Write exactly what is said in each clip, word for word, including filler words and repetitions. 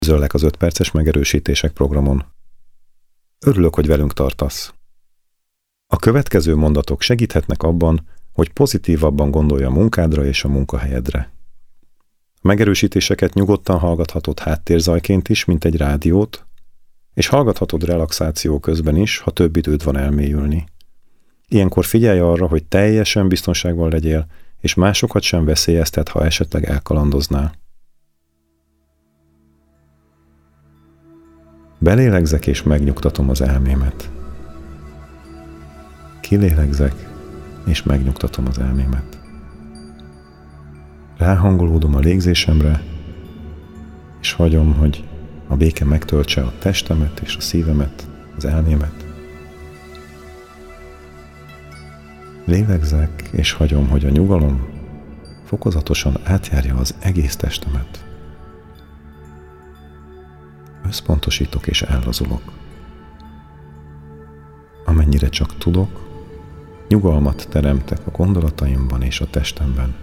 Üdvözöllek az öt perces megerősítések programon. Örülök, hogy velünk tartasz. A következő mondatok segíthetnek abban, hogy pozitívabban gondolj a munkádra és a munkahelyedre. A megerősítéseket nyugodtan hallgathatod háttérzajként is, mint egy rádiót, és hallgathatod relaxáció közben is, ha több időd van elmélyülni. Ilyenkor figyelj arra, hogy teljesen biztonságban legyél, és másokat sem veszélyeztet, ha esetleg elkalandoznál. Belélegzek és megnyugtatom az elmémet. Kilélegzek és megnyugtatom az elmémet. Ráhangolódom a légzésemre, és hagyom, hogy a béke megtöltse a testemet és a szívemet, az elmémet. Lélegzek és hagyom, hogy a nyugalom fokozatosan átjárja az egész testemet. Összpontosítok és ellazulok. Amennyire csak tudok, nyugalmat teremtek a gondolataimban és a testemben.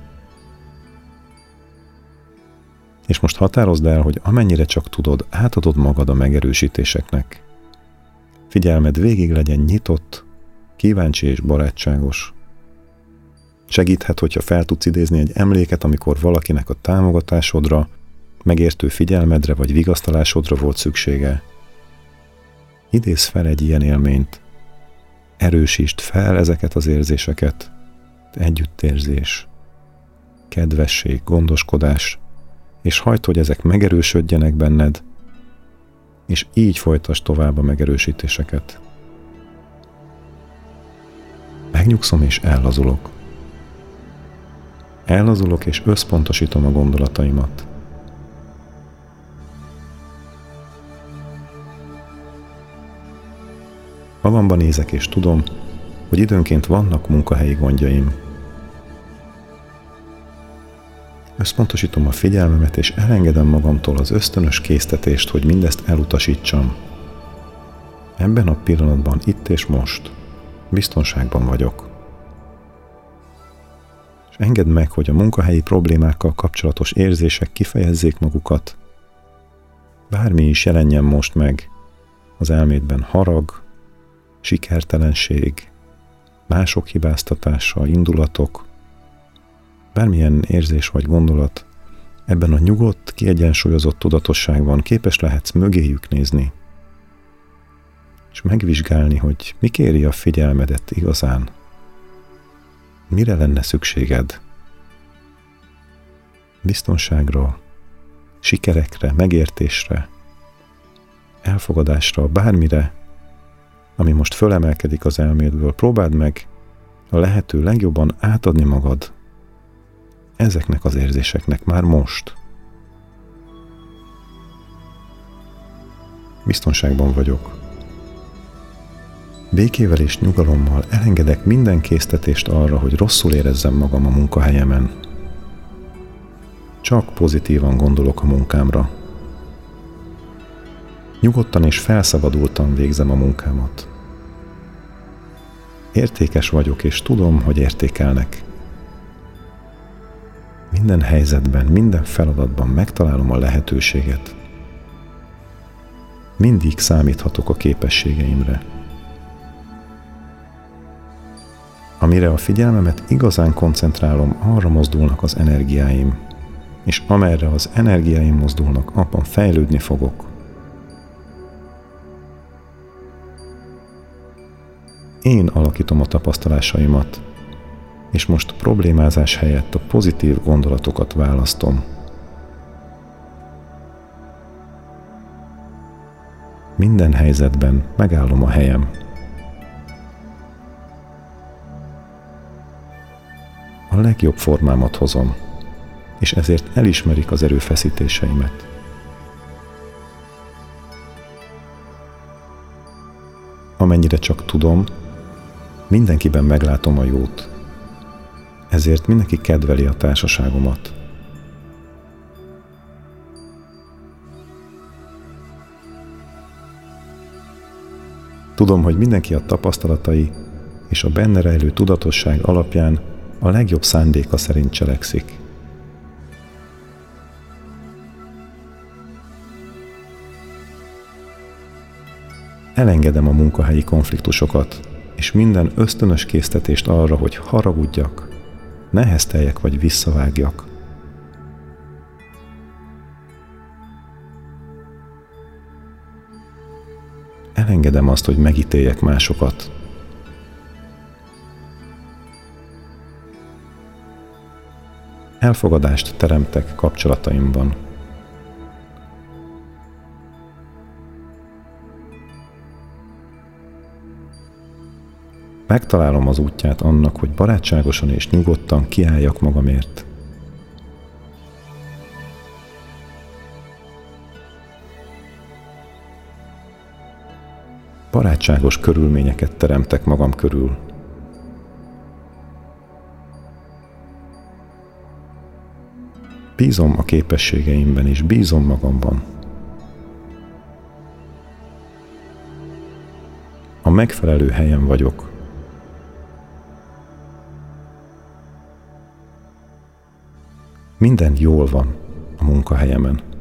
És most határozd el, hogy amennyire csak tudod, átadod magad a megerősítéseknek. Figyelmed végig legyen nyitott, kíváncsi és barátságos. Segíthet, hogyha fel tudsz idézni egy emléket, amikor valakinek a támogatásodra, megértő figyelmedre vagy vigasztalásodra volt szüksége. Idézz fel egy ilyen élményt. Erősítsd fel ezeket az érzéseket. Együttérzés, kedvesség, gondoskodás, és hagyd, hogy ezek megerősödjenek benned, és így folytasd tovább a megerősítéseket. Megnyugszom és ellazulok. Ellazulok és összpontosítom a gondolataimat. Magamban nézek és tudom, hogy időnként vannak munkahelyi gondjaim. Összpontosítom a figyelmemet, és elengedem magamtól az ösztönös késztetést, hogy mindezt elutasítsam. Ebben a pillanatban, itt és most, biztonságban vagyok. És engedd meg, hogy a munkahelyi problémákkal kapcsolatos érzések kifejezzék magukat. Bármi is jelenjen most meg az elmédben: harag, sikertelenség, mások hibáztatása, indulatok, bármilyen érzés vagy gondolat, ebben a nyugodt, kiegyensúlyozott tudatosságban képes lehetsz mögéjük nézni, és megvizsgálni, hogy mi kéri a figyelmedet igazán. Mire lenne szükséged? Biztonságra, sikerekre, megértésre, elfogadásra, bármire, ami most fölemelkedik az elmédből. Próbáld meg a lehető legjobban átadni magad ezeknek az érzéseknek már most. Biztonságban vagyok. Békével és nyugalommal elengedek minden késztetést arra, hogy rosszul érezzem magam a munkahelyemen. Csak pozitívan gondolok a munkámra. Nyugodtan és felszabadultan végzem a munkámat. Értékes vagyok, és tudom, hogy értékelnek. Minden helyzetben, minden feladatban megtalálom a lehetőséget. Mindig számíthatok a képességeimre. Amire a figyelmemet igazán koncentrálom, arra mozdulnak az energiáim, és amerre az energiáim mozdulnak, abban fejlődni fogok. Én alakítom a tapasztalásaimat, és most a problémázás helyett a pozitív gondolatokat választom. Minden helyzetben megállom a helyem. A legjobb formámat hozom, és ezért elismerik az erőfeszítéseimet. Amennyire csak tudom, mindenkiben meglátom a jót. Ezért mindenki kedveli a társaságomat. Tudom, hogy mindenki a tapasztalatai és a benne rejlő tudatosság alapján a legjobb szándéka szerint cselekszik. Elengedem a munkahelyi konfliktusokat, és minden ösztönös késztetést arra, hogy haragudjak, nehezteljek vagy visszavágjak. Elengedem azt, hogy megítéljek másokat. Elfogadást teremtek kapcsolataimban. Megtalálom az útját annak, hogy barátságosan és nyugodtan kiálljak magamért. Barátságos körülményeket teremtek magam körül. Bízom a képességeimben és bízom magamban. A megfelelő helyen vagyok. Minden jól van a munkahelyemen.